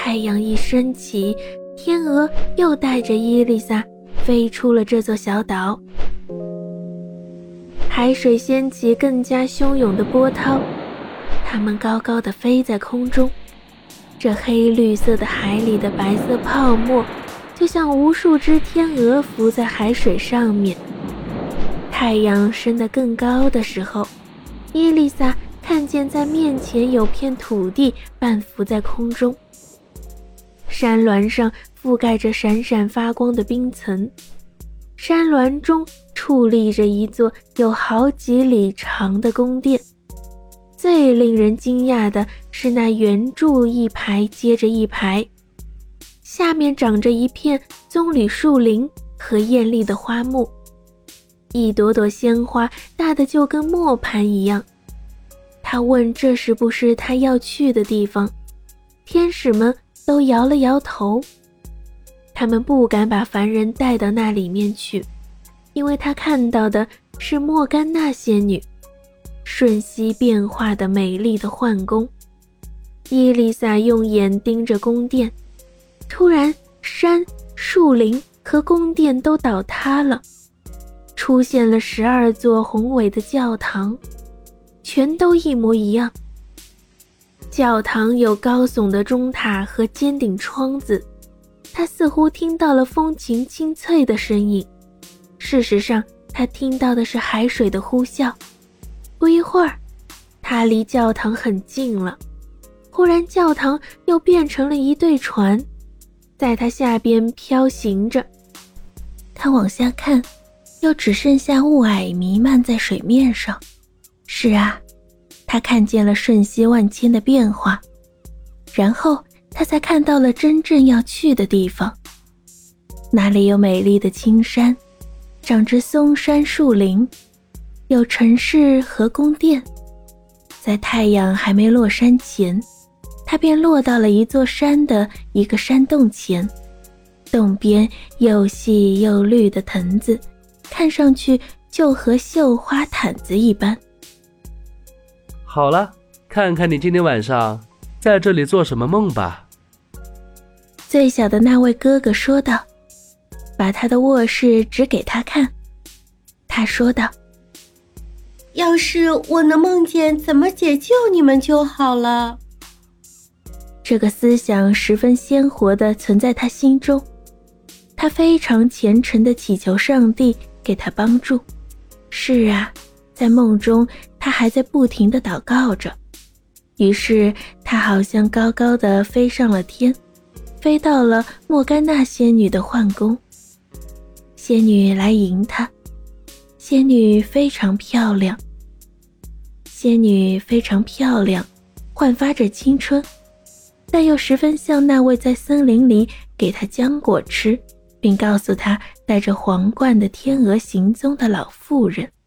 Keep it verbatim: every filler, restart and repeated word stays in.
太阳一升起，天鹅又带着伊丽莎飞出了这座小岛。海水掀起更加汹涌的波涛，它们高高地飞在空中，这黑绿色的海里的白色泡沫就像无数只天鹅浮在海水上面。太阳升得更高的时候，伊丽莎看见在面前有片土地半浮在空中，山峦上覆盖着闪闪发光的冰层，山峦中矗立着一座有好几里长的宫殿。最令人惊讶的是那圆柱一排接着一排，下面长着一片棕榈树林和艳丽的花木，一朵朵鲜花大得就跟磨盘一样。他问这是不是他要去的地方，天使们都摇了摇头。他们不敢把凡人带到那里面去，因为他看到的是莫甘娜仙女，瞬息变化的美丽的幻宫。伊丽莎用眼盯着宫殿，突然山、树林和宫殿都倒塌了，出现了十二座宏伟的教堂，全都一模一样。教堂有高耸的钟塔和尖顶窗子，他似乎听到了风琴清脆的声音，事实上他听到的是海水的呼啸。不一会儿，他离教堂很近了，忽然教堂又变成了一对船，在他下边飘行着。他往下看，又只剩下雾霭弥漫在水面上。是啊，他看见了瞬息万千的变化，然后他才看到了真正要去的地方。那里有美丽的青山，长着松山树林，有城市和宫殿。在太阳还没落山前，他便落到了一座山的一个山洞前，洞边又细又绿的藤子，看上去就和绣花毯子一般。 好了，看看你今天晚上在这里做什么梦吧。 最小的那位哥哥说道，把他的卧室指给他看。他说道， 要是我能梦见怎么解救你们就好了。 这个思想十分鲜活地存在他心中，他非常虔诚地祈求上帝给他帮助。是啊，在梦中他还在不停地祷告着。于是他好像高高地飞上了天，飞到了莫甘娜仙女的幻宫。仙女来迎他，仙女非常漂亮，仙女非常漂亮，焕发着青春，但又十分像那位在森林里给他浆果吃，并告诉他带着皇冠的天鹅行踪的老妇人。